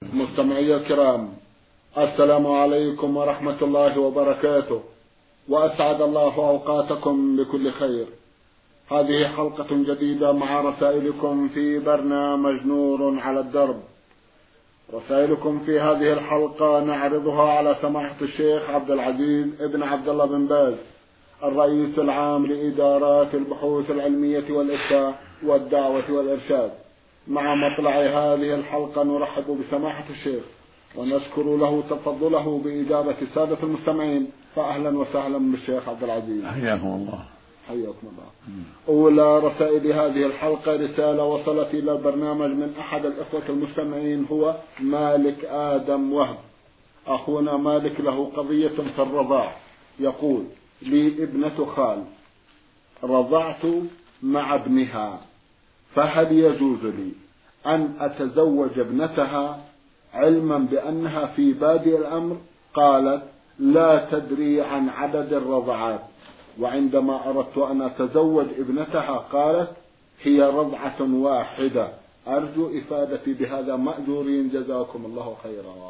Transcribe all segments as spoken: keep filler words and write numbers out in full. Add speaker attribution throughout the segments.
Speaker 1: مستمعي الكرام، السلام عليكم ورحمة الله وبركاته، وأسعد الله أوقاتكم بكل خير. هذه حلقة جديدة مع رسائلكم في برنامج نور على الدرب. رسائلكم في هذه الحلقة نعرضها على سماحة الشيخ عبد العزيز ابن عبد الله بن باز، الرئيس العام لإدارات البحوث العلمية والإفتاء والدعوة والإرشاد. مع مطلع هذه الحلقة نرحب بسماحة الشيخ ونشكر له تفضله بإجابة السادة المستمعين، فأهلا وسهلا بالشيخ عبد العزيز.
Speaker 2: حياكم الله.
Speaker 1: حياكم الله. أولى رسائل هذه الحلقة رسالة وصلت إلى البرنامج من أحد الإخوة المستمعين، هو مالك آدم وهب. أخونا مالك له قضية في الرضاع. يقول: لي ابنة خال رضعت مع ابنها، فهل يجوز لي أن أتزوج ابنتها علما بأنها في بادئ الأمر قالت لا تدري عن عدد الرضعات، وعندما أردت أن أتزوج ابنتها قالت هي رضعة واحدة؟ أرجو إفادتي بهذا مأجورين، جزاكم الله خيرا.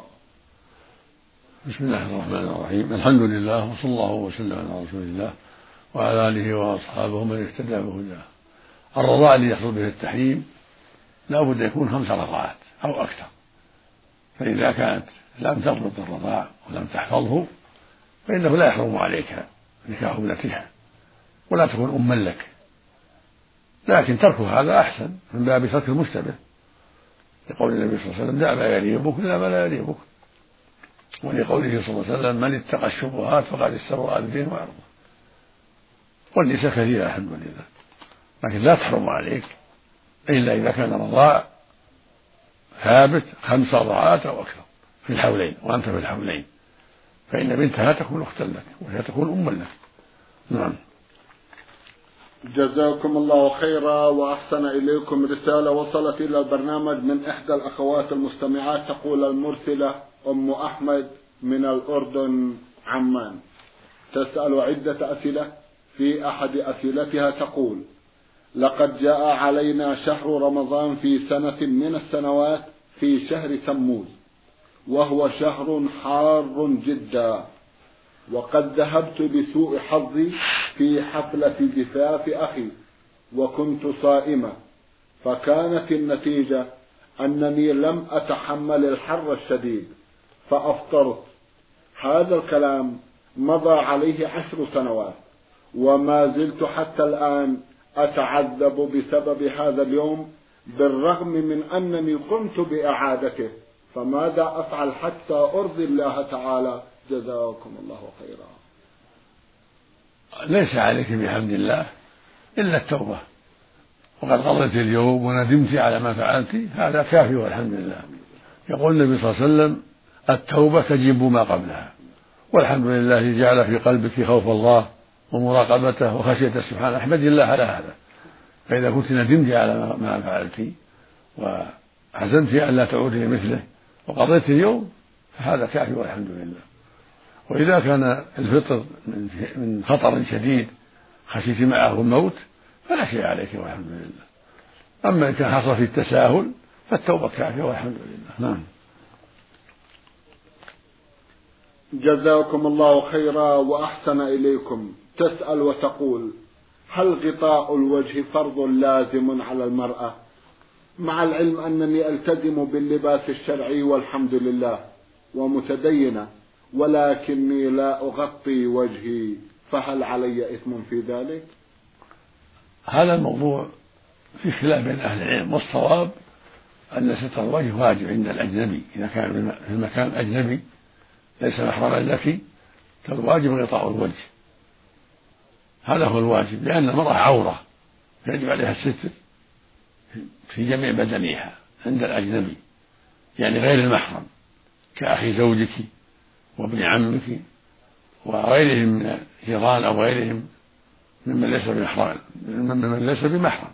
Speaker 2: بسم الله الرحمن الرحيم. الحمد لله، وصلى الله وسلم على رسول الله وعلى آله وأصحابه من اهتدى بهداه. الرضاع الذي يحصل به التحريم لا بد يكون خمس رضعات أو أكثر، فإذا كانت لم تضبط الرضاع ولم تحفظه فإنه لا يحرم عليك نكاح ابنتها ولا تكون أما لك، لكن ترك هذا أحسن من باب ترك المشتبه، لقول النبي صلى الله عليه وسلم دع ما يريبك إلى ما لا يريبك، ولقوله صلى الله عليه وسلم من اتقى الشبهات فقد استبرأ لدينه وعرضه. والنساء كثيرة الحمد لله، لكن لا تحرم عليك إلا إذا كان الرضاع ثابت خمس رضعات أو أكثر في الحولين، وأنت في الحولين، فإن بنتها تكون أختا لك وهي تكون أما لك. نعم.
Speaker 1: جزاكم الله خيرا وأحسن إليكم. رسالة وصلت إلى البرنامج من إحدى الأخوات المستمعات، تقول المرسلة أم أحمد من الأردن عمان، تسأل عدة أسئلة. في أحد أسئلتها تقول: لقد جاء علينا شهر رمضان في سنة من السنوات في شهر تموز، وهو شهر حار جدا، وقد ذهبت بسوء حظي في حفلة زفاف أخي وكنت صائمة، فكانت النتيجة أنني لم أتحمل الحر الشديد فأفطرت. هذا الكلام مضى عليه عشر سنوات وما زلت حتى الآن أتعذب بسبب هذا اليوم، بالرغم من أنني قمت بإعادته، فماذا أفعل حتى أرضي الله تعالى؟ جزاكم الله خيرا.
Speaker 2: ليس عليك بحمد الله إلا التوبة، وقد قضيت اليوم وندمت على ما فعلت، هذا كافي والحمد لله. يقول النبي صلى الله عليه وسلم التوبة تجب ما قبلها، والحمد لله جعل في قلبك خوف الله ومراقبته وخشيته سبحانه، احمد الله على هذا. فإذا كنت ندمت على ما فعلت وحزنت أن لا تعودي مثله وقضيت اليوم، فهذا كافي والحمد لله. وإذا كان الفطر من خطر شديد خشيت معه الموت فلا شيء عليك والحمد لله. أما إن كان حصل في التساهل فالتوبة كافية والحمد لله. نعم.
Speaker 1: جزاكم الله خيرا وأحسن إليكم. تسأل وتقول: هل غطاء الوجه فرض لازم على المرأة؟ مع العلم أنني ألتزم باللباس الشرعي والحمد لله ومتدينة، ولكني لا أغطي وجهي، فهل علي إثم في ذلك؟
Speaker 2: هذا الموضوع في خلاف بين أهل العلم، والصواب أن ستر الوجه واجب عند الأجنبي. إذا كان في المكان أجنبي ليس محرما لك فالواجب غطاء الوجه، هذا هو الواجب، لأن المرأة عورة يجب عليها الستر في جميع بدنها عند الأجنبي، يعني غير المحرم كأخي زوجك وابن عمك وغيرهم من الجيران أو غيرهم ممن ليس بمحرم ممن ليس بمحرم.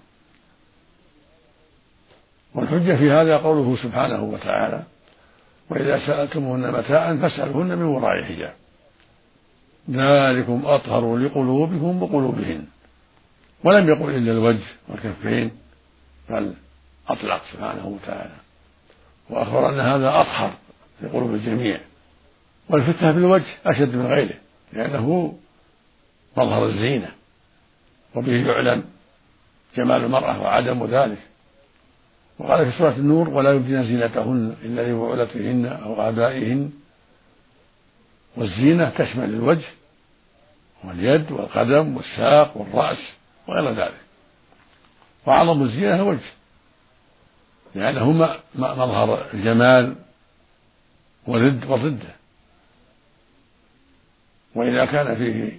Speaker 2: والحجة في هذا قوله سبحانه وتعالى: وإذا سألتموهن متاعا فاسألوهن من وراء حجاب ذلكم أطهر لقلوبكم وقلوبهن. ولم يقل إلا الوجه والكفين، بل أطلق سبحانه وتعالى. وأخبر أن هذا أطهر في قلوب الجميع. والفتنة في الوجه أشد من غيره لأنه مظهر الزينة وبه يعلم جمال المرأة وعدم ذلك. وقال في سورة النور: ولا يبدين زينتهن إلا لبعولتهن أو آبائهن. والزينة تشمل الوجه واليد والقدم والساق والرأس وغير ذلك. وأعظم الزينة الوجه لأنه مظهر الجمال والرد والردة. وإذا كان فيه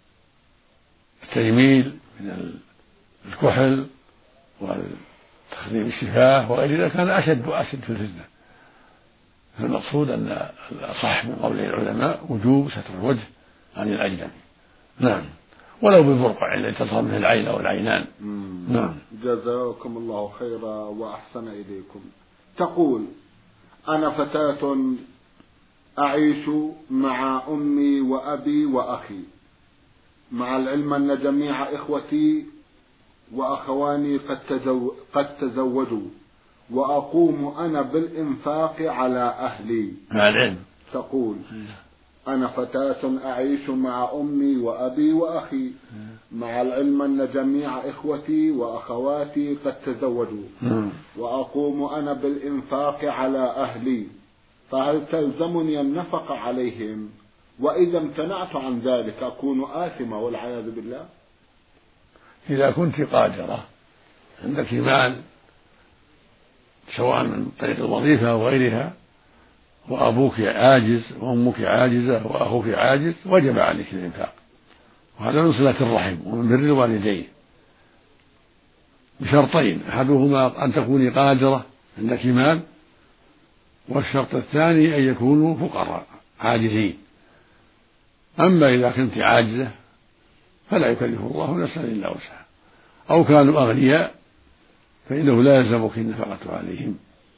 Speaker 2: التجميل من الكحل وتخديم الشفاه وغير ذلك كان أشد وأشد في الفتنة. فالمقصود أن الأصح من قول العلماء وجوب ستر الوجه عن الأجنبي. نعم، ولو بالبرقع الذي تظهر منه العين أو العينان. نعم.
Speaker 1: جزاكم الله خيرا وأحسن إليكم. تقول: أنا فتاة أعيش مع أمي وأبي وأخي، مع العلم أن جميع إخوتي وأخواني قد, تزو... قد تزوجوا، وأقوم أنا بالإنفاق على أهلي.
Speaker 2: مع العلم.
Speaker 1: تقول: أنا فتاة أعيش مع أمي وأبي وأخي، مع العلم أن جميع إخوتي وأخواتي قد تزوجوا، وأقوم أنا بالإنفاق على أهلي، فهل تلزمني النفقة عليهم؟ وإذا امتنعت عن ذلك أكون آثمة والعياذ بالله.
Speaker 2: إذا كنت قادرة عندك مال سواء من طريق الوظيفة أو غيرها، وأبوك عاجز وأمك عاجزة وأخوك عاجز، وجب عليك الإنفاق، وهذا من صلة الرحم ومن بر الوالدين بشرطين: أحدهما أن تكوني قادرة عندك مال، والشرط الثاني أن يكونوا فقراء عاجزين. أما إذا كنت عاجزة فلا يكلف الله نفسا إلا وسعها، أو كانوا أغنياء فإنه لا يلزمك النفقة عليهم.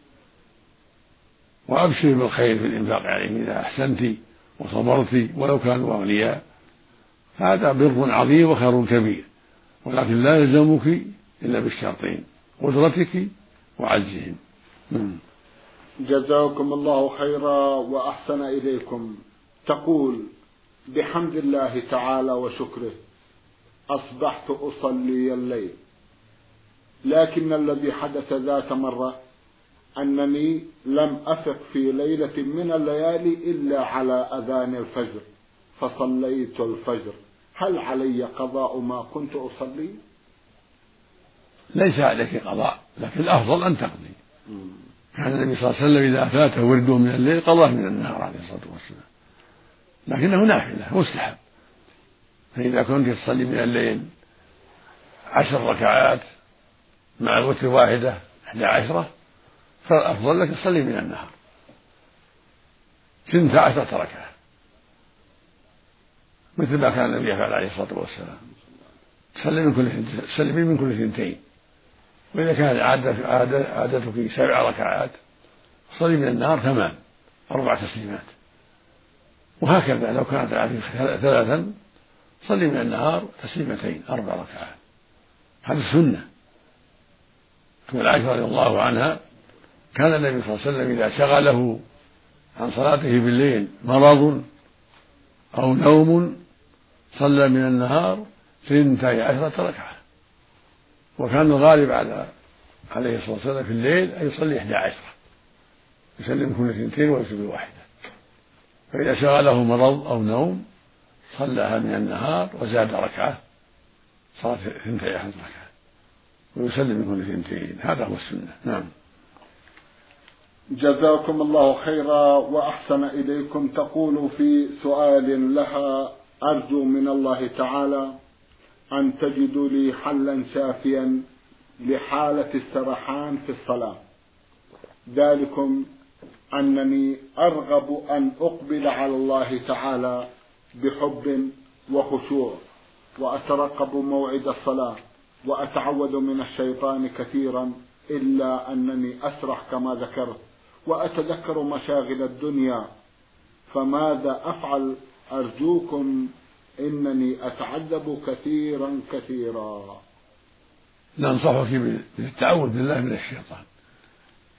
Speaker 2: وأبشر بالخير في الإنفاق عليهم إذا أحسنت وصبرت ولو كانوا أغنياء، هذا بر عظيم وخير كبير، ولكن لا يلزمك إلا بالشرطين: قدرتك وعجزهم.
Speaker 1: جزاكم الله خيرا وأحسن إليكم. تقول: بحمد الله تعالى وشكره أصبحت أصلي الليل، لكن الذي حدث ذات مرة أنني لم أفق في ليلة من الليالي إلا على أذان الفجر فصليت الفجر، هل علي قضاء ما كنت أصلي؟
Speaker 2: ليس عليك قضاء، لكن الأفضل أن تقضي. كان النبي صلى الله عليه وسلم إذا فاته ورده من الليل قضاه من النهار عليه الصلاة والسلام، لكنه نافلة مستحب. فإذا كنت تصلي من الليل عشر ركعات مع الوتر واحدة إحدى عشرة، فالأفضل لك تصلي من النهار ثنتا عشرة ركعة مثل ما كان النبي يفعل عليه الصلاة والسلام. تصلي من كل تسلمي من كل ثنتين، وإذا كانت عادتك سبع ركعات صلي من النهار ثمان أربع تسليمات، وهكذا لو كانت عادتك ثلاثا صلي من النهار تسليمتين أربع ركعات. هذا السنة. تقول عائشة رضي الله عنها: كان النبي صلى الله عليه وسلم إذا شغله عن صلاته بالليل مرض أو نوم صلى من النهار ثنتي عشرة ركعة، وكان الغالب على عليه الصلاة والسلام في الليل أن يصلي إحدى عشرة، يسلم كل ثنتين ويكتب الواحدة. فإذا شغله مرض أو نوم صلىها من النهار وزاد ركعة، صلاة ثنتي عشرة ركعة، ويسلم من كل ثنتين. هذا هو السنة. نعم.
Speaker 1: جزاكم الله خيرا وأحسن إليكم. تقول في سؤال لها: أرجو من الله تعالى أن تجدوا لي حلا شافيا لحالة السرحان في الصلاة، ذلكم أنني أرغب أن أقبل على الله تعالى بحب وخشوع، وأترقب موعد الصلاة، وأتعوذ من الشيطان كثيرا، إلا أنني أسرح كما ذكرت وأتذكر مشاغل الدنيا، فماذا أفعل؟ أرجوكم، إنني أتعذب كثيرا كثيرا.
Speaker 2: ننصحك بالتعوذ بالله من الشيطان،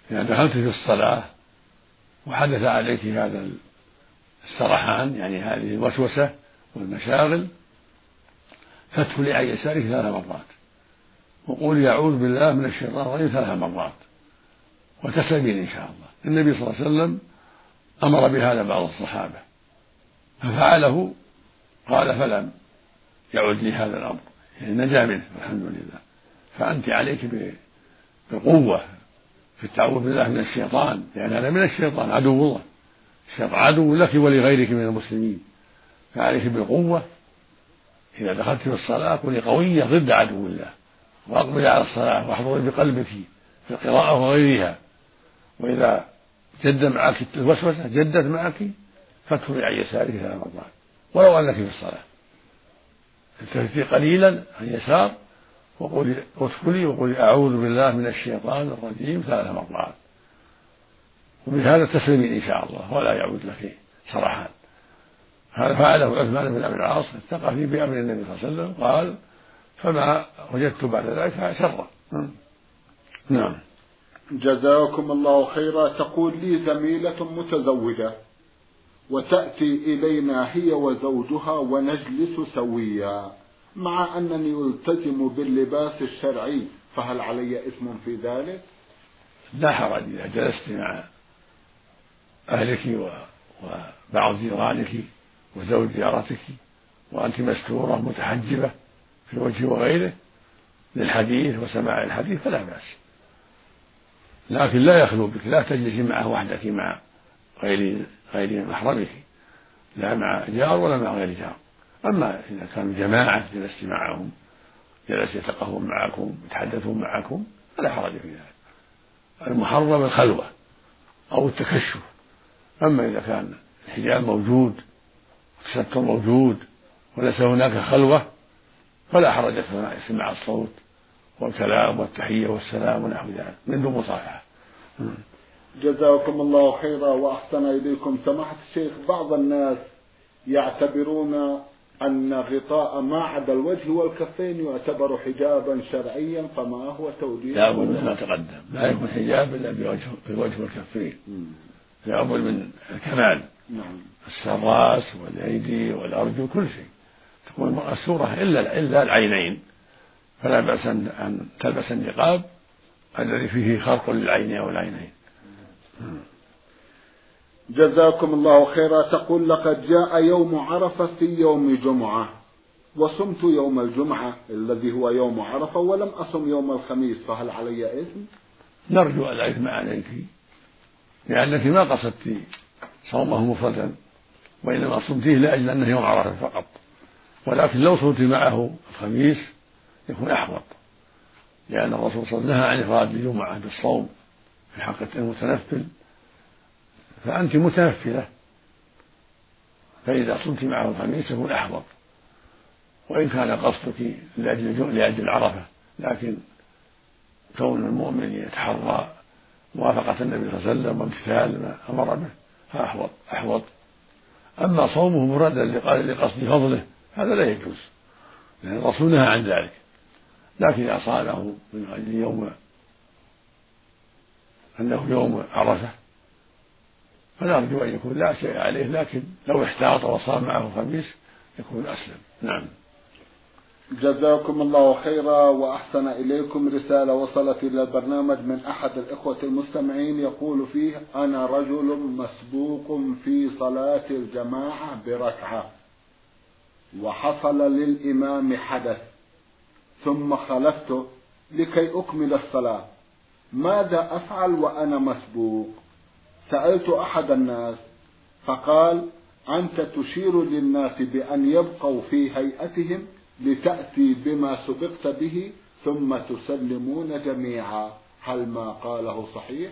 Speaker 2: إذا دخلت في الصلاة وحدث عليك هذا السرحان يعني هذه الوسوسة والمشاغل فادخلي عن يسارك ثلاث مرات وقولي أعوذ بالله من الشيطان الرجيم ثلاث مرات وتسلمين إن شاء الله. النبي صلى الله عليه وسلم أمر بهذا بعض الصحابة ففعله قال فلم يعد لي هذا الأمر يعني نجا منه الحمد لله. فأنت عليك بالقوة في التعوذ بالله من الشيطان لأن هذا من الشيطان عدو الله، الشيطان عدو لك ولغيرك من المسلمين، فعليك بالقوة. إذا دخلت في الصلاة كوني قوية ضد عدو الله وأقبلي على الصلاة واحضري بقلبك في القراءة وغيرها. وإذا جد معك الوسوسة جدت معك فادخلي عن يسارك ثلاث مرات ولو أنك في الصلاة التفتي قليلا عن يسار وقولي وادخلي وقولي أعوذ بالله من الشيطان الرجيم ثلاث مرات وبهذا تسلمين إن شاء الله ولا يعود لك سرحان. هذا فعله عثمان بن أبي العاص اتقى فيه بأمر النبي صلى الله عليه وسلم قال فما وجدت بعد ذلك شرا. نعم.
Speaker 1: جزاكم الله خيرا. تقول لي زميلة متزوجة وتأتي إلينا هي وزوجها ونجلس سويا مع أنني ألتزم باللباس الشرعي فهل علي إثم في ذلك؟
Speaker 2: لا حرج إذا جلست مع أهلك وبعض جيرانك وزوج جارتك وأنت مستورة متحجبة في الوجه وغيره للحديث وسماع الحديث فلا بأس، لكن لا يخلو بك، لا تجلسي معه وحدك مع غير غير محرمك لا مع جار ولا مع غير جار. أما إذا كانوا جماعة جلست معهم جلس يتقهون معكم يتحدثون معكم فلا حرج في ذلك. المحرم الخلوة أو التكشف. أما إذا كان الحجاب موجود والتستر موجود وليس هناك خلوة فلا حرج في سماع الصوت والكلام والتحية والسلام ونحو ذلك من دون مصافحة.
Speaker 1: جزاكم الله خيرا وأحسن إليكم. سماحة الشيخ بعض الناس يعتبرون أن غطاء ما عدا الوجه والكفين يعتبر حجابا شرعيا فما هو توجيه؟
Speaker 2: لا بد ما تقدم لا يكون حجاب إلا بالوجه والكفين، لا بد من الكمال.
Speaker 1: نعم.
Speaker 2: الراس والأيدي والأرجل كل شيء تكون مأسورة إلا إلا العينين فلا بأس أن تلبس النقاب الذي فيه خرق للعين أو العينين.
Speaker 1: جزاكم الله خيرا. تقول لقد جاء يوم عرفة في يوم جمعة وصمت يوم الجمعة الذي هو يوم عرفة ولم أصم يوم الخميس فهل علي إثم؟
Speaker 2: نرجو أن لا إثم عليك لأنك ما قصدت صومه مفردا وإنما صمتيه لأجل أنه يوم عرفة فقط، ولكن لو صمت معه الخميس يكون أحوط لأن الرسول صلى الله عليه وسلم نهى عن إفراد الجمعة بالصوم في حق المتنفل فأنت متنفلة فإذا صمت معه الخميس يكون أحوط وإن كان قصدك لأجل لأجل عرفة، لكن كون المؤمن يتحرى موافقة النبي صلى الله عليه وسلم وامتثال ما أمر به فأحوط أحوط. أما صومه مردا لقصد فضله هذا لا يجوز لأن الرسول نهى عن ذلك، لكن إذا صامه من أجل يوم أنه يوم عرفة فنرجو أن يكون لا شيء عليه، لكن لو احتاط وصام معه الخميس يكون أسلم. نعم.
Speaker 1: جزاكم الله خيرا وأحسن إليكم. رسالة وصلت إلى البرنامج من أحد الإخوة المستمعين يقول فيه أنا رجل مسبوق في صلاة الجماعة بركعة وحصل للإمام حدث ثم خلفته لكي أكمل الصلاة، ماذا أفعل وأنا مسبوق؟ سألت أحد الناس فقال أنت تشير للناس بأن يبقوا في هيئتهم لتأتي بما سبقت به ثم تسلمون جميعا، هل ما قاله صحيح؟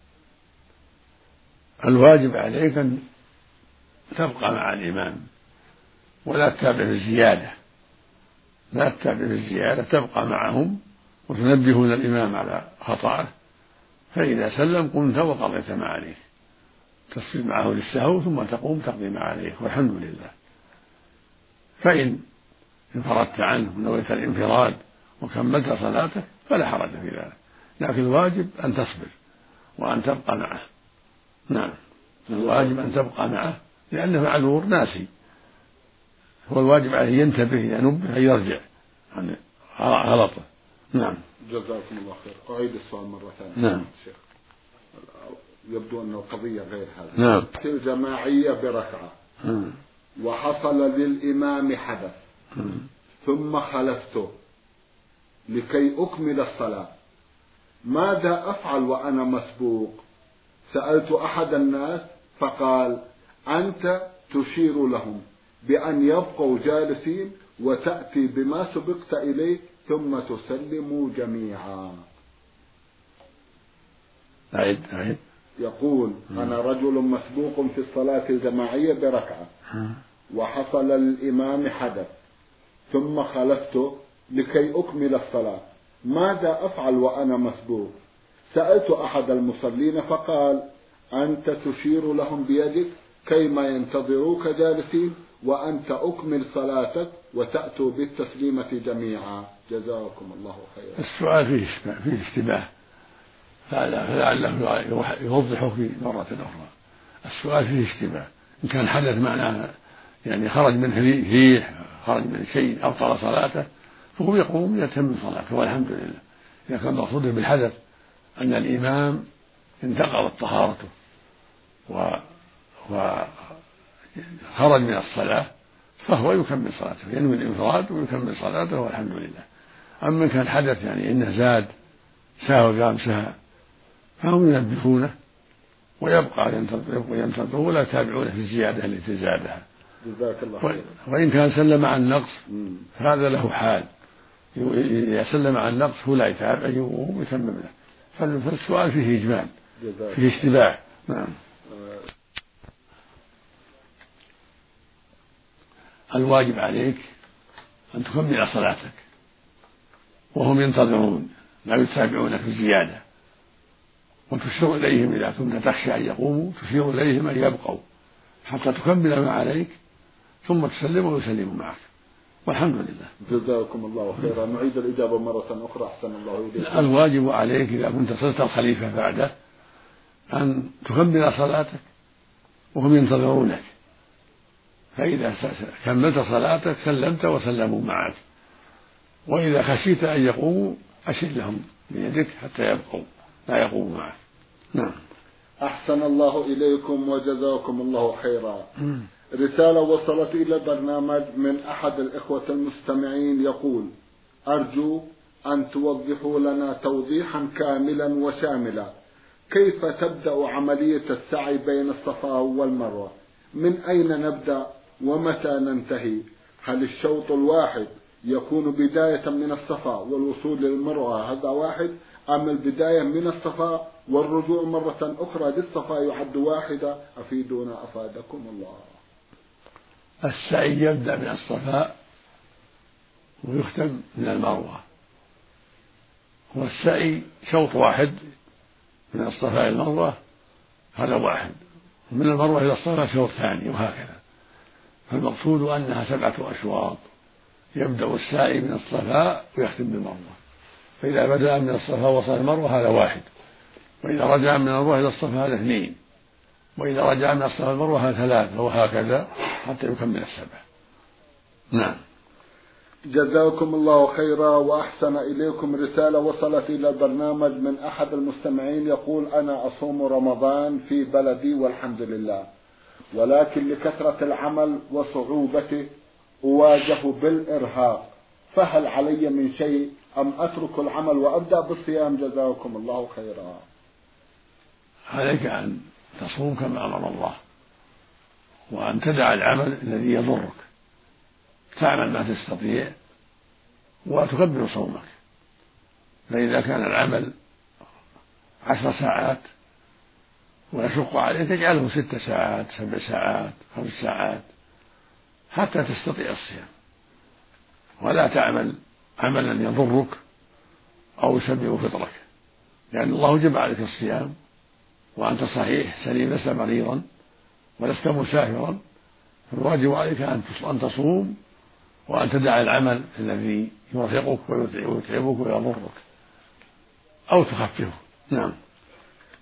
Speaker 2: الواجب عليك أن تبقى مع الإمام ولا تتابع بالزيادة، لا تتابع بالزيادة، تبقى معهم وتنبهون الإمام على خطأه فإذا سلم قمت وقضيت ما عليك تصل معه للسهو ثم تقوم تقضي ما عليك والحمد لله. فإن انفردت عنه ونويت الانفراد وكملت صلاتك فلا حرج في ذلك، لكن الواجب أن تصبر وأن تبقى معه. نعم، الواجب أن تبقى معه لأنه معذور ناسي، هو الواجب عليه ينتبه ينبه أن يرجع عن غلطه. نعم.
Speaker 1: جزاكم الله خير. أعيد السؤال مرة ثانية.
Speaker 2: نعم.
Speaker 1: شيخ يبدو أن القضية غير هذا.
Speaker 2: نعم.
Speaker 1: الجماعية بركعة
Speaker 2: نعم.
Speaker 1: وحصل للإمام حدث
Speaker 2: نعم.
Speaker 1: ثم خلفته لكي أكمل الصلاة، ماذا أفعل وأنا مسبوق؟ سألت أحد الناس فقال أنت تشير لهم بأن يبقوا جالسين وتأتي بما سبقت إليه ثم تسلموا جميعا.
Speaker 2: أعد أعد.
Speaker 1: يقول أنا رجل مسبوق في الصلاة الجماعية بركعة وحصل للإمام حدث ثم خلفته لكي أكمل الصلاة، ماذا أفعل وأنا مسبوق؟ سألت أحد المصلين فقال أنت تشير لهم بيدك كيما ينتظروك جالسين وأنت أكمل صلاتك وتأتوا بالتسليمة جميعا. جزاكم الله خيرا.
Speaker 2: السؤال فيه فيه اشتباه، فلعله يوضحه في مرة أخرى. السؤال فيه اشتباه، إن كان حدث معناه يعني خرج من ريح خرج من شيء أبطل صلاته فهو يقوم يتم صلاته والحمد لله. إذا كان مقصوده بالحدث أن الإمام انتقضت طهارته وخرج من الصلاة فهو يكمل صلاته، ينوي الانفراد ويكمل صلاته والحمد لله. أما كان حدث يعني إنه زاد سهى وقام سهى فهم ينبهونه ويبقى ينتظر ولا يتابعونه في الزيادة التي زادها.
Speaker 1: جزاك الله خير.
Speaker 2: وإن كان سلم عن النقص فهذا له حال، إذا سلم عن النقص هو لا يتابع ويتمم له، فالسؤال فيه إجمال فيه اشتباه. نعم. الواجب عليك أن تكمل صلاتك وهم ينتظرون لا يتابعون في الزيادة، وتشير إليهم إذا كنت تخشى أن يقوموا تشير إليهم أن يبقوا حتى تكمل ما عليك ثم تسلم ويسلموا معك والحمد لله.
Speaker 1: جزاكم الله خيرا. نعيد الإجابة مرة أخرى أحسن الله إليكم.
Speaker 2: الواجب عليك إذا كنت صرت الخليفة بعده أن تكمل صلاتك وهم ينتظرونك، فإذا كملت صلاتك سلمت وسلموا معك، وإذا خشيت أن يقوموا أشر لهم بيدك حتى يبقوا لا يقوموا معك. نعم.
Speaker 1: أحسن الله إليكم وجزاكم الله خيرا. رسالة وصلت إلى البرنامج من أحد الإخوة المستمعين يقول أرجو أن توضحوا لنا توضيحا كاملا وشاملا كيف تبدأ عملية السعي بين الصفا والمروة، من أين نبدأ ومتى ننتهي؟ هل الشوط الواحد يكون بداية من الصفا والوصول للمروة هذا واحد، أم البداية من الصفا والرجوع مرة أخرى للصفا يعد واحدة؟ أفيدونا أفادكم الله.
Speaker 2: السعي يبدأ من الصفا ويختم من المروة، والسعي شوط واحد من الصفا إلى المروة هذا واحد، ومن المروة إلى الصفا شوط ثاني وهكذا. فالمقصود أنها سبعة أشواط، يبدأ السعي من الصفا ويختم بالمروة، فإذا بدأ من الصفا وصل المروة هذا واحد، وإذا رجع من المروة إلى الصفا هذا اثنين، وإذا رجع من الصفا المروة هذا ثلاثة، وهكذا حتى يكمل السبع. نعم.
Speaker 1: جزاكم الله خيرا وأحسن إليكم. رسالة وصلت إلى البرنامج من أحد المستمعين يقول أنا أصوم رمضان في بلدي والحمد لله، ولكن لكثرة العمل وصعوبته أواجه بالإرهاق، فهل علي من شيء أم أترك العمل وأبدأ بالصيام؟ جزاكم الله خيرا.
Speaker 2: عليك أن تصوم كما أمر الله، وأن تدع العمل الذي يضرك، تعمل ما تستطيع وتكبر صومك. فإذا كان العمل عشر ساعات ويشق عليك تجعله ست ساعات سبع ساعات خمس ساعات حتى تستطيع الصيام، ولا تعمل عملا يضرك أو يسبب فطرك، لأن الله جب عليك الصيام وأنت صحيح سليم لست مريضا ولست مسافرا، فالواجب عليك أن تصوم وأن تدع العمل الذي يرهقك ويتعبك ويضرك أو تخففه. نعم.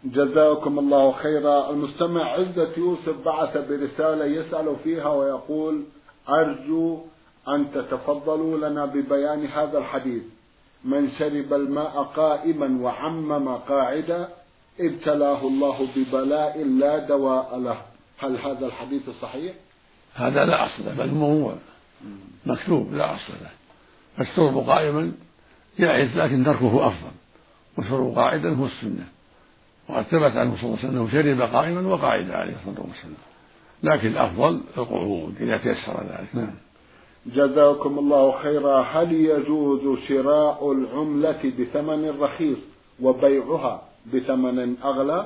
Speaker 1: جزاكم الله خيرا. المستمع عزة يوسف بعث برسالة يسأل فيها ويقول: أرجو أن تتفضلوا لنا ببيان هذا الحديث: من شرب الماء قائما وعمم قاعدا ابتلاه الله ببلاء لا دواء له. هل هذا الحديث صحيح؟
Speaker 2: هذا لا أصل له، بل هو مكتوب لا أصل له. الشرب قائما جائز، لكن تركه أفضل، والشرب قاعدا هو السنة. وقد ثبت عنه صلى الله عليه وسلم أنه شرب قائما وقاعدا عليه الصلاة والسلام، لكن الأفضل القعود إذا تيسر ذلك. نعم.
Speaker 1: جزاكم الله خيرا. هل يجوز شراء العملة بثمن رخيص وبيعها بثمن أغلى؟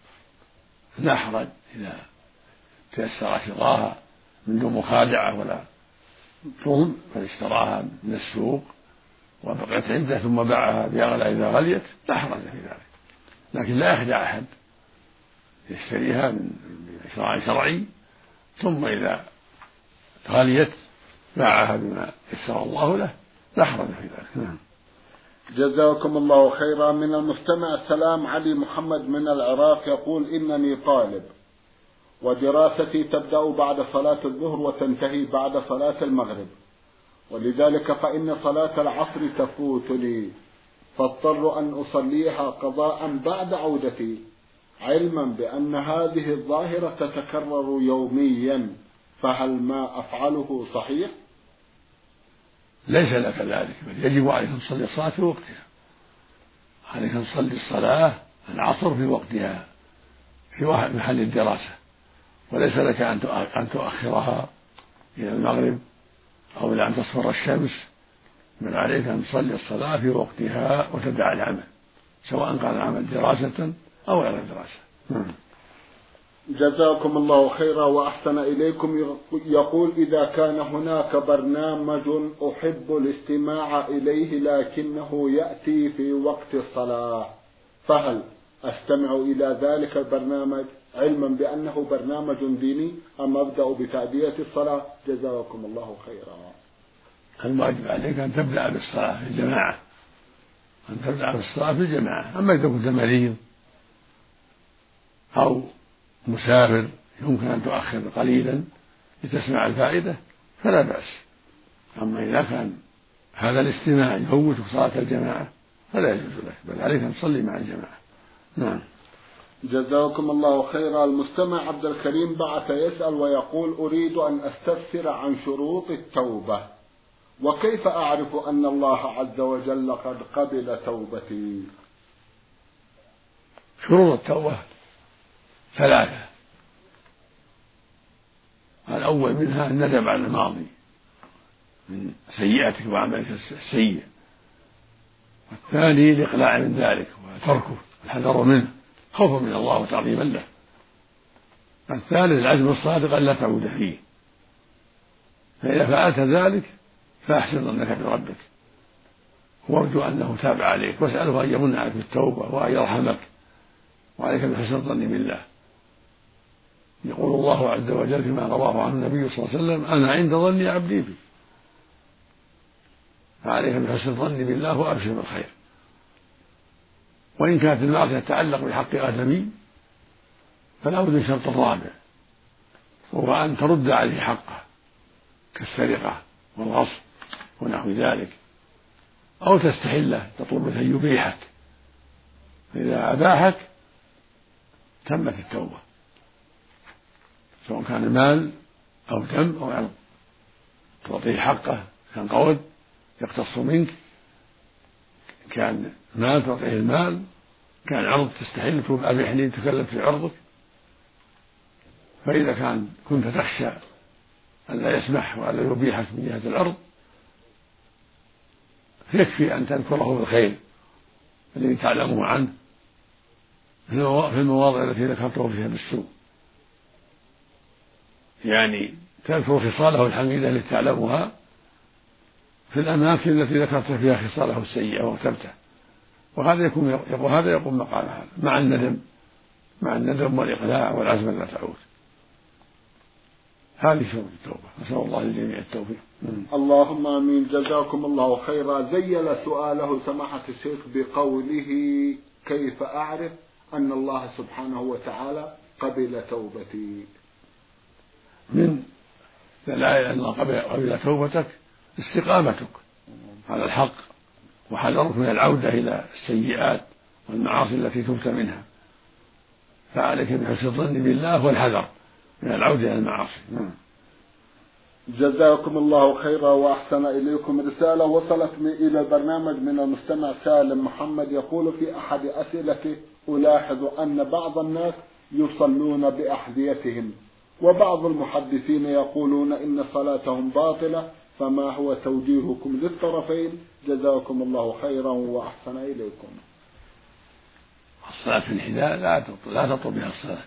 Speaker 2: لا حرج إذا تيسر شراها من دون مخادعة ولا ظلم، فاشتراها من السوق وبقيت عنده ثم باعها بأغلى إذا غليت لا حرج في ذلك، لكن لا يخدع أحد، يشتريها من شراء شرعي ثم إذا غليت باعها بما يسر الله له، لا حرج في ذلك. نعم.
Speaker 1: جزاكم الله خيرا. من المستمع السلام علي محمد من العراق يقول: إنني طالب ودراستي تبدأ بعد صلاة الظهر وتنتهي بعد صلاة المغرب، ولذلك فإن صلاة العصر تفوتني، فاضطر أن أصليها قضاء بعد عودتي، علما بأن هذه الظاهرة تتكرر يوميا، فهل ما أفعله صحيح؟
Speaker 2: ليس لك ذلك، بل يجب عليك أن تصلي الصلاة في وقتها، عليك أن تصلي الصلاة العصر في وقتها في محل الدراسة، وليس لك أن تؤخرها إلى المغرب أو إلى أن تصفر الشمس، بل عليك أن تصلي الصلاة في وقتها وتدع العمل، سواء كان العمل دراسة أو غير دراسة.
Speaker 1: جزاكم الله خيرا وأحسن إليكم. يقول: إذا كان هناك برنامج أحب الاستماع إليه لكنه يأتي في وقت الصلاة، فهل أستمع إلى ذلك البرنامج علما بأنه برنامج ديني أم أبدأ بتأدية الصلاة؟ جزاكم الله خيرا.
Speaker 2: الواجب عليك أن تبدأ بالصلاة في الجماعة، أن تبدأ بالصلاة في الجماعة. أما إذا كنت مريض أو مسافر يمكن أن تؤخر قليلا لتسمع الفائدة فلا بأس. أما إذا كان هذا الاستماع يفوتك صلاة الجماعة فلا يجوز لك، بل عليك أن تصلي مع الجماعة. نعم.
Speaker 1: جزاكم الله خيرا. المستمع عبد الكريم بعث يسأل ويقول: أريد أن أستفسر عن شروط التوبة، وكيف أعرف أن الله عز وجل قد قبل توبتي؟
Speaker 2: شروط التوبة ثلاثة: الأول منها الندم على الماضي من سيئتك وعملك السيء، والثاني الإقلاع من ذلك وتركه والحذر منه خوفا من الله وتعظيما له، الثالث العزم الصادق أن لا تعود فيه. فإذا فعلت ذلك فأحسن ظنك بربك وارجو أنه تاب عليك، واسأله أن يمن عليك بالتوبة وأن يرحمك، وعليك بحسن الظن بالله. يقول الله عز وجل فيما رواه عنه النبي صلى الله عليه وسلم: أنا عند ظن عبدي بي، فعليك بحسن الظن بالله وأبشر بالخير. وإن كانت المعصية تتعلق بحق آدمي فلا بد من شرط الرابع، وهو أن ترد عليه حقه كالسرقة والغصب ونحو ذلك، أو تستحله تطلب منه أن يبيحك، فإذا أباحك تمت التوبة، سواء كان مال أو دم أو عرض، تعطيه حقه، كان قول يقتص منك، كان مال تعطيه المال، كان عرض تستحل تقول أبيحني تكلم في عرضك. فإذا كان كنت تخشى ألا يسمح وألا يبيحك من جهة العرض يكفي أن تذكره بالخير الذي تعلمه عنه في المواضع التي ذكرته فيها بالسوء، يعني تذكر خصاله الحميدة التي تعلمها في الأماكن التي ذكرت فيها خصاله السيئة واغتبته، وهذا يكون يقول هذا يقوم مقام هذا مع الندم مع الندم والإقلاع والعزم أن لا تعود. هذه شروط التوبة، نسأل الله للجميع التوفيق.
Speaker 1: اللهم آمين. جزاكم الله خيرا. زيل سؤاله سماحة الشيخ بقوله: كيف أعرف أن الله سبحانه وتعالى قبل توبتي؟
Speaker 2: من دلائل أن الله قبل توبتك استقامتك على الحق، وحذرك من العودة إلى السيئات والمعاصي التي تبت منها، فعليك بحسن الظن بالله والحذر من العودة إلى المعاصي.
Speaker 1: جزاكم الله خيرا وأحسن إليكم. رسالة وصلت إلى البرنامج من المستمع سالم محمد، يقول في أحد أسئلته: ألاحظ أن بعض الناس يصلون بأحذيتهم، وبعض المحدثين يقولون إن صلاتهم باطلة، فما هو توجيهكم للطرفين؟ جزاكم الله خيرا وأحسن إليكم.
Speaker 2: الصلاة في الحذاء لا تطلب لا تطلب بها الصلاة،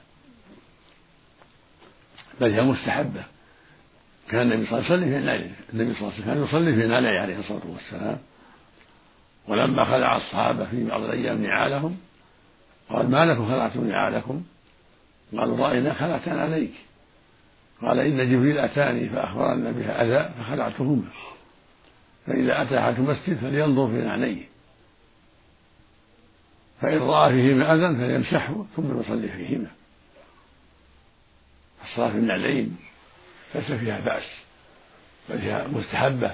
Speaker 2: بل هي مستحبة. كان النبي صلى الله عليه وسلم في نعله، النبي صلى الله عليه وسلم كان يصلي في نعله عليه الصلاة والسلام، ولما خلع الصحابة في بعض الأيام نعالهم قال: ما لكم خلعتم نعالكم؟ قالوا: رأينا خلعت عليك. قال: إن جبريل أتاني فأخبرنا بها أذى فخلعتهما، فإذا أتى أحد المسجد فلينظر في نعليه، فإن رأى فيهما أذى فليمسحه ثم يصلي فيهما. الصلاة في النعلين ليس فيها بأس، بل هي مستحبة.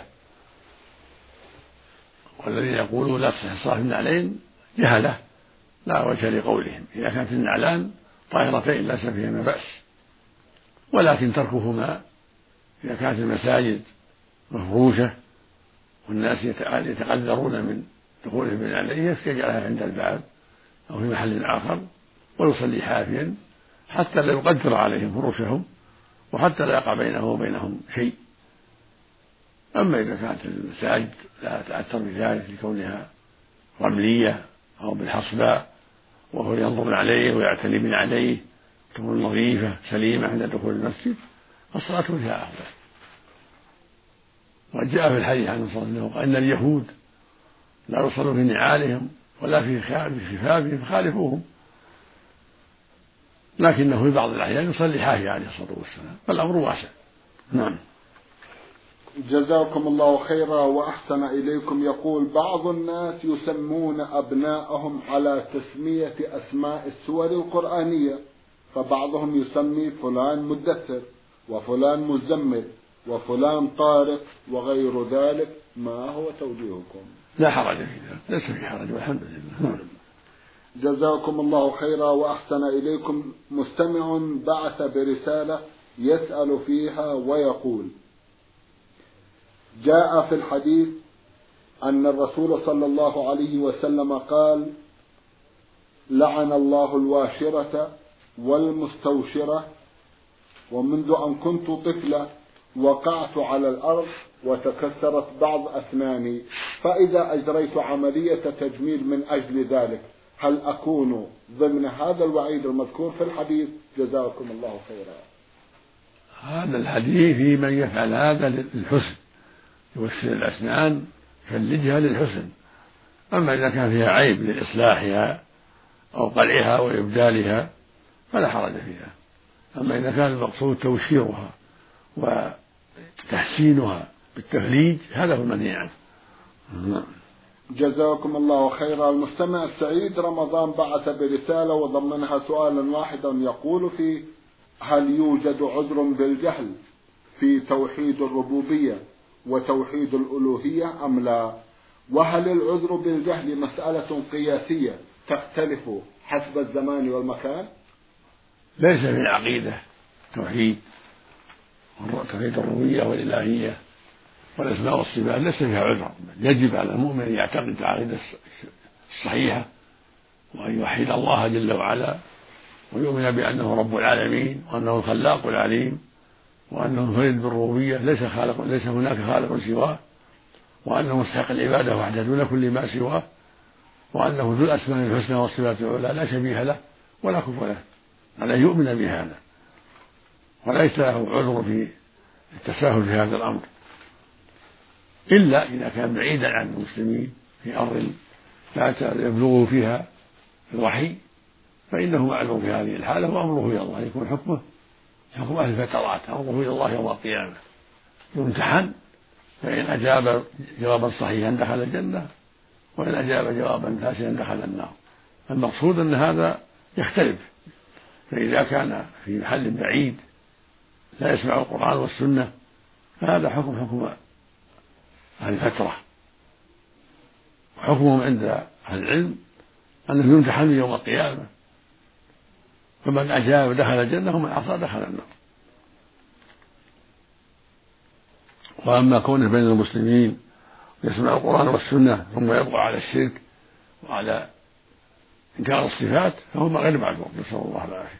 Speaker 2: والذين يقولون لا تصح الصلاة في النعلين جهلة لا وجه لقولهم. إذا كانت النعلان طاهرتين ليس فيهما بأس، ولكن تركهما إذا كانت المساجد مفروشة والناس يتقدرون من دخولهم بالنعلين يجعلها عند الباب أو في محل آخر ويصلي حافيا حتى لا يقدر عليهم فروشهم، وحتى لا يقع بينه وبينهم شيء. أما إذا كانت المساجد لا تأثر بذلك لكونها رملية أو بالحصباء وهو ينظر عليه ويعتني من عليه تكون نظيفة سليمة عند دخول المسجد، فالصلاة فيها أفضل. وجاء في الحديث عن صلى الله عليه وسلم أن اليهود لا يصلوا في نعالهم ولا في خفافهم فخالفوهم، لكنه في بعض الأحيان يصلي حافي عليه الصلاة والسلام، فالأمر واسع. نعم.
Speaker 1: جزاكم الله خيرا وأحسن إليكم. يقول: بعض الناس يسمون أبناءهم على تسمية أسماء السور القرآنية، فبعضهم يسمي فلان مدثر وفلان مزمل وفلان طارق وغير ذلك، ما هو توجيهكم؟
Speaker 2: لا حرج في ذلك، ليس في حرج والحمد لله.
Speaker 1: جزاكم الله خيرا وأحسن إليكم. مستمع بعث برسالة يسأل فيها ويقول: جاء في الحديث أن الرسول صلى الله عليه وسلم قال: لعن الله الواشرة والمستوشرة، ومنذ أن كنت طفلة وقعت على الأرض وتكسرت بعض أسناني، فإذا أجريت عملية تجميل من أجل ذلك هل أكون ضمن هذا الوعيد المذكور في الحديث؟ جزاكم الله خيرا.
Speaker 2: هذا الحديث في من يفعل هذا للحسن، يوسل الأسنان يفلجها للحسن. أما إذا كان فيها عيب لإصلاحها أو قلعها وإبدالها فلا حرج فيها. أما إذا كان المقصود توشيرها وتحسينها بالتفليج هذا هو المنهي عنه.
Speaker 1: جزاكم الله خيرا. المستمع السعيد رمضان بعث برسالة وضمنها سؤالا واحدا يقول فيه: هل يوجد عذر بالجهل في توحيد الربوبية وتوحيد الألوهية أم لا؟ وهل العذر بالجهل مسألة قياسية تختلف حسب الزمان والمكان؟
Speaker 2: ليس في العقيدة توحيد توحيد الربوبية والإلهية والأسماء والصفات ليس فيها عذر. يجب على المؤمن أن يعتقد العقيدة الصحيحة وأن يوحد الله جل وعلا ويؤمن بأنه رب العالمين وأنه الخلاق العليم وأنه منفرد بالربوبية، ليس خالق ليس هناك خالق سواه، وأنه مستحق العبادة وحده دون كل ما سواه، وأنه ذو الأسماء الحسنى والصفات العلى لا شبيه له ولا كفو له، على يؤمن بهذا وليس له عذر في التساهل في هذا الأمر، إلا إذا كان بعيدا عن المسلمين في أرض لا يبلغه فيها الوحي فإنه معذور في هذه الحالة وأمره إلى الله، يكون حكمه حكم أهل الفترات، أمره إلى الله يوم القيامة، يمتحن فإن أجاب جوابا صحيحا دخل الجنة وإن أجاب جوابا فاسدا دخل النار. المقصود أن هذا يختلف. فإذا كان في محل بعيد لا يسمع القرآن والسنة فهذا حكم حكم أهل الفترة، وحكمهم عند أهل العلم أنه يمتحن يوم القيامة، فمن أجاب دخل الجنة ومن عصى دخل النار. وأما كونه بين المسلمين يسمع القرآن والسنة ثم يبقى على الشرك وعلى إنكار الصفات فهو غير معذور، نسأل الله العافية.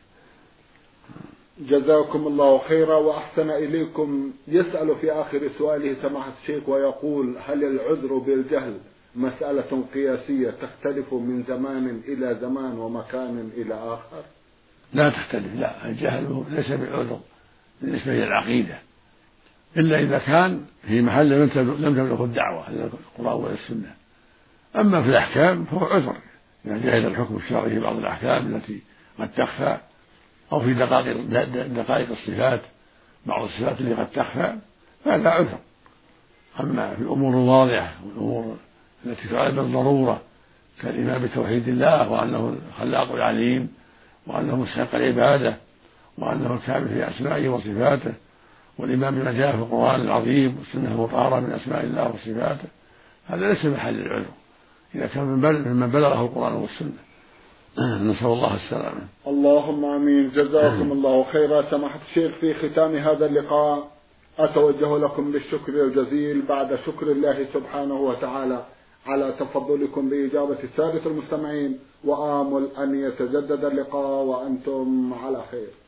Speaker 1: جزاكم الله خيرا وأحسن إليكم. يسأل في آخر سؤاله سماحة الشيخ ويقول: هل العذر بالجهل مسألة قياسية تختلف من زمان إلى زمان ومكان إلى آخر؟
Speaker 2: لا تختلف، لا، الجهل ليس بعذر بالنسبة للعقيدة إلا إذا كان في محل لم تبلغه الدعوة إلى القرآن ولا السنة. أما في الأحكام فهو عذر إذا جهل الحكم الشرعي في بعض الأحكام التي قد تخفى، أو في دقائق, دقائق الصفات، بعض الصفات اللي قد تخفى فهذا عذر. أما في الأمور الواضحة والأمور التي تعلم بالضرورة كالإيمان بتوحيد الله وأنه الخلاق العليم وأنه مستحق العبادة وأنه الكامل في أسمائه وصفاته، والإيمان بما جاء في القرآن العظيم والسنة المطهرة من أسماء الله وصفاته، هذا ليس محل العذر إذا كان ممن بلغه القرآن والسنة. نسأل الله السلامة.
Speaker 1: اللهم آمين. جزاكم الله خيرا. سماحة الشيخ، في ختام هذا اللقاء أتوجه لكم بالشكر الجزيل بعد شكر الله سبحانه وتعالى على تفضلكم بإجابة السادة المستمعين، وآمل أن يتجدد اللقاء وأنتم على خير.